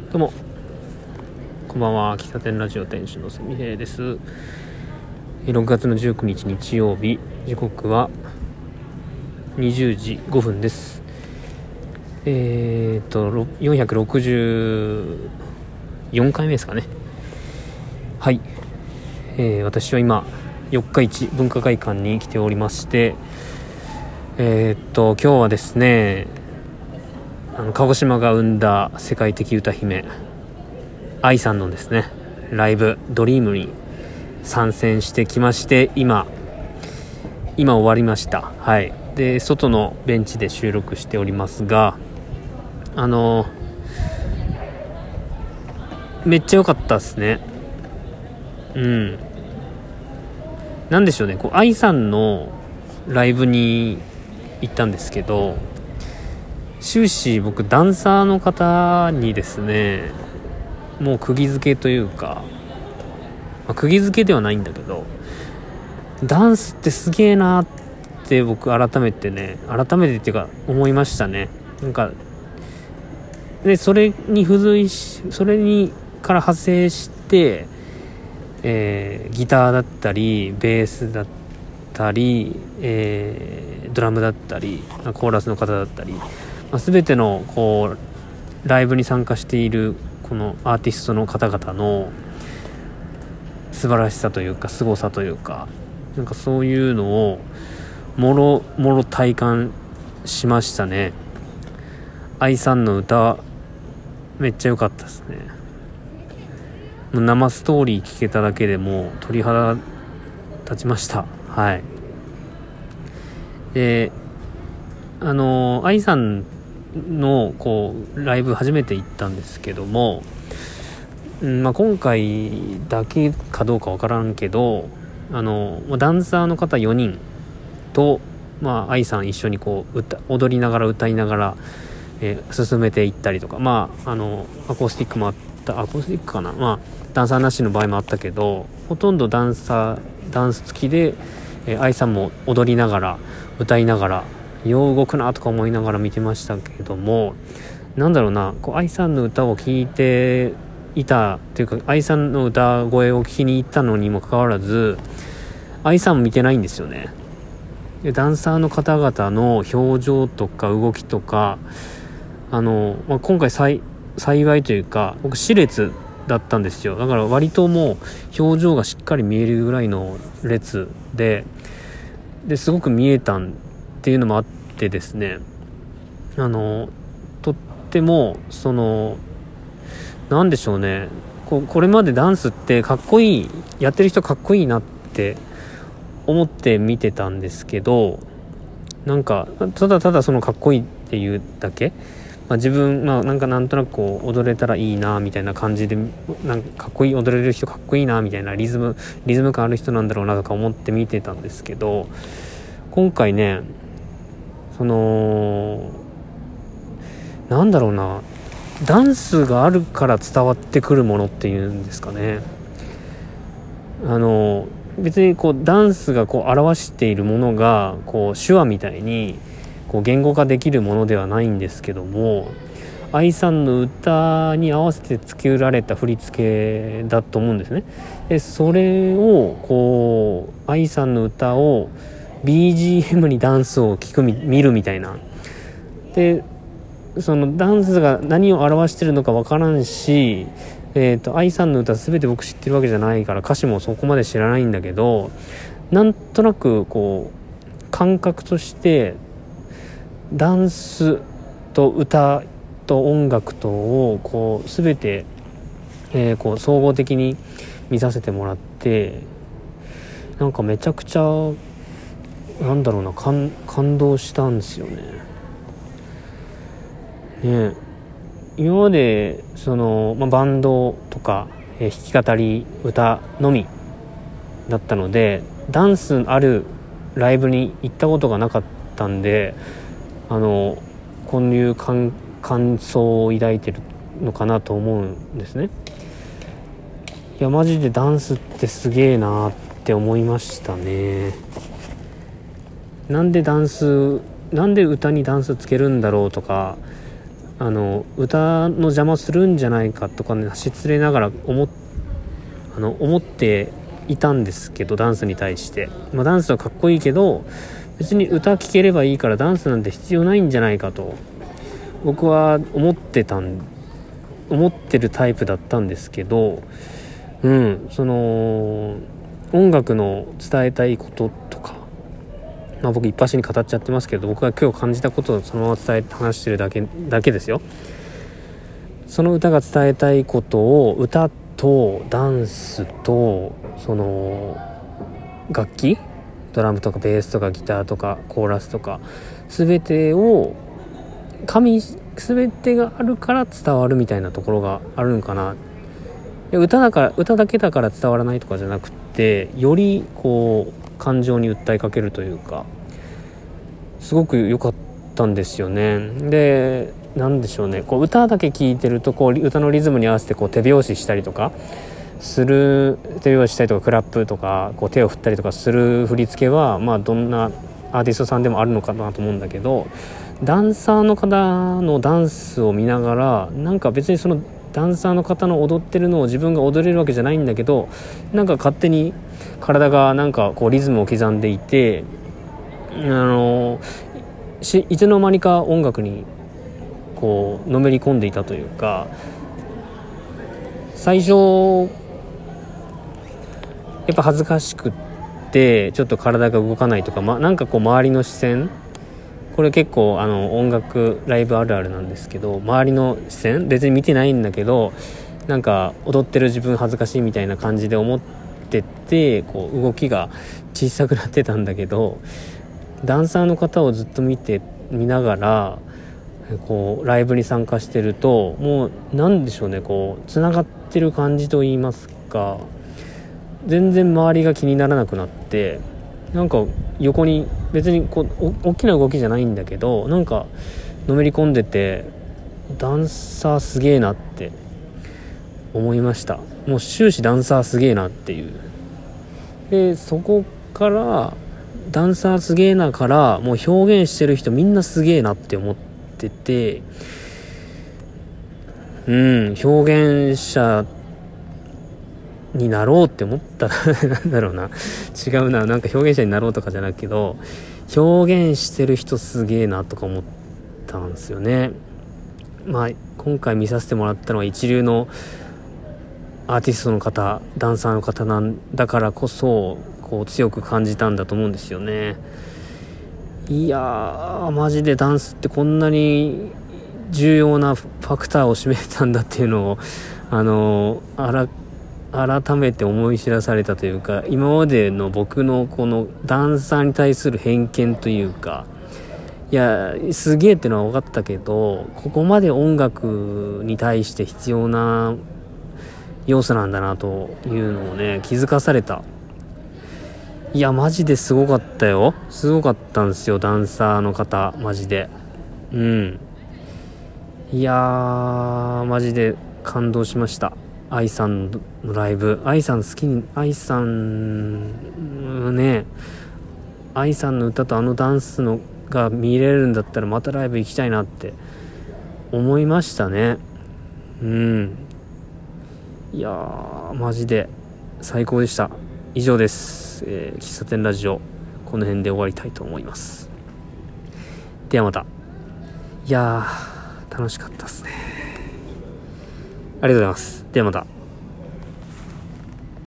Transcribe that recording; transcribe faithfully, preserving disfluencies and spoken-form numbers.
どうもこんばんは。喫茶店ラジオ店主のすみへいです。ろくがつのじゅうくにち日曜日、時刻はにじゅうじごふんです。えーとよんひゃくろくじゅうよんかいめですかね。はい、えー、私は今四日市文化会館に来ておりまして、えーと今日はですね、あの鹿児島が生んだ世界的歌姫愛さんのですねライブドリームに参戦してきまして、今今終わりました。はい。で、外のベンチで収録しておりますが、あのめっちゃ良かったですね。うんなんでしょうね、こう愛さんのライブに行ったんですけど、終始僕ダンサーの方にですねもう釘付けというか、まあ、釘付けではないんだけど、ダンスってすげえなって僕改めてね改めてっていうか思いましたね。なんかでそれに付随しそれにから派生して、えー、ギターだったりベースだったり、えー、ドラムだったりコーラスの方だったり、まあ、全てのこうライブに参加しているこのアーティストの方々の素晴らしさというか凄さというか、なんかそういうのをもろもろ体感しましたね。愛さんの歌めっちゃ良かったですね。もう生ストーリー聞けただけでもう鳥肌立ちました。はい。であの愛さんのこうライブ初めて行ったんですけども、うんまあ、今回だけかどうかわからんけど、あのダンサーの方よにんと、まあ、愛さん一緒にこう歌踊りながら歌いながら、えー、進めていったりとか、まあ、あのアコースティックもあったアコースティックかな、まあ、ダンサーなしの場合もあったけど、ほとんどダンサーダンス付きで、えー、愛さんも踊りながら歌いながらよう動くなとか思いながら見てましたけども、なんだろうな、こう愛さんの歌を聴いていたというか、愛さんの歌声を聞きに行ったのにもかかわらず愛さんも見てないんですよね。でダンサーの方々の表情とか動きとか、あの、まあ、今回幸いというか僕熾烈だったんですよ。だから割ともう表情がしっかり見えるぐらいの列でですごく見えたんっていうのもあってですね、あのとってもそのなんでしょうね、こ, これまでダンスってかっこいいやってる人かっこいいなって思って見てたんですけど、なんかただただそのかっこいいっていうだけ、まあ、自分、まあ、なんかなんとなくこう踊れたらいいなみたいな感じで、なんかかっこいい踊れる人かっこいいなみたいなリズムリズム感ある人なんだろうなとか思って見てたんですけど、今回ねそのなんだろうな、ダンスがあるから伝わってくるものっていうんですかね。あの別にこうダンスがこう表しているものがこう手話みたいにこう言語化できるものではないんですけども、愛さんの歌に合わせて作られた振り付けだと思うんですね。でそれをこう愛さんの歌を ビージーエム にダンスを聴く見るみたいな、でそのダンスが何を表してるのか分からんし、えーと、愛さんの歌全て僕知ってるわけじゃないから歌詞もそこまで知らないんだけど、なんとなくこう感覚としてダンスと歌と音楽とをこう全て、えー、こう総合的に見させてもらって、なんかめちゃくちゃなんだろうな、感、感動したんですよね。ね、今までその、まあ、バンドとか、えー、弾き語り歌のみだったので、ダンスあるライブに行ったことがなかったんで、あのこういう感、感想を抱いてるのかなと思うんですね。いやマジでダンスってすげえなって思いましたね。なんでダンスなんで歌にダンスつけるんだろうとか、 あの歌の邪魔するんじゃないかとかね、失礼ながら思っあの思っていたんですけど、ダンスに対して、まあ、ダンスはかっこいいけど別に歌聴ければいいからダンスなんて必要ないんじゃないかと僕は思ってたん思ってるタイプだったんですけど、うんその音楽の伝えたいこととか、まあ、僕一発に語っちゃってますけど、僕が今日感じたことをそのまま伝えて話してるだけだけですよ。その歌が伝えたいことを歌とダンスとその楽器、ドラムとかベースとかギターとかコーラスとか全てを神全てがあるから伝わるみたいなところがあるんかな。歌だから歌だけだから伝わらないとかじゃなくて、よりこう感情に訴えかけるというか、すごく良かったんですよね。で、なんでしょうね、こう歌だけ聴いてるとこう歌のリズムに合わせてこう手拍子したりとかする手拍子したりとかクラップとかこう手を振ったりとかする振り付けは、まあどんなアーティストさんでもあるのかなと思うんだけど、ダンサーの方のダンスを見ながら、なんか別にそのダンサーの方の踊ってるのを自分が踊れるわけじゃないんだけど、なんか勝手に体がなんかこうリズムを刻んでいて、あのしいつの間にか音楽にこうのめり込んでいたというか、最初やっぱ恥ずかしくってちょっと体が動かないとか、ま、なんかこう周りの視線、これ結構あの音楽ライブあるあるなんですけど、周りの視線別に見てないんだけど、なんか踊ってる自分恥ずかしいみたいな感じで思ってて、こう動きが小さくなってたんだけど、ダンサーの方をずっと見て見ながらこうライブに参加してると、もうなんでしょうね、こうつながってる感じと言いますか、全然周りが気にならなくなって、なんか横に別にこう大きな動きじゃないんだけど、なんかのめり込んでて、ダンサーすげえなって思いました。もう終始ダンサーすげえなっていう。でそこからダンサーすげえなからもう表現してる人みんなすげえなって思ってて、うん表現者になろうって思ったらなんだろうな、違うな、なんか表現者になろうとかじゃなくけど、表現してる人すげえなとか思ったんですよね。まあ今回見させてもらったのは一流のアーティストの方、ダンサーの方なんだからこそこう強く感じたんだと思うんですよね。いやーマジでダンスってこんなに重要なファクターを占めたんだっていうのをあのあら改めて思い知らされたというか、今までの僕のこのダンサーに対する偏見というか、いやすげえってのは分かったけど、ここまで音楽に対して必要な要素なんだなというのをね気づかされた。いやマジですごかったよ、すごかったんですよ、ダンサーの方マジで。うんいやーマジで感動しました。愛さんのライブ、愛さん好きに、愛さんね、愛さんの歌とあのダンスのが見れるんだったらまたライブ行きたいなって思いましたね。うんいやーマジで最高でした。以上です、えー、喫茶店ラジオこの辺で終わりたいと思います。ではまた。いやー楽しかったですね。ありがとうございます。ではまた。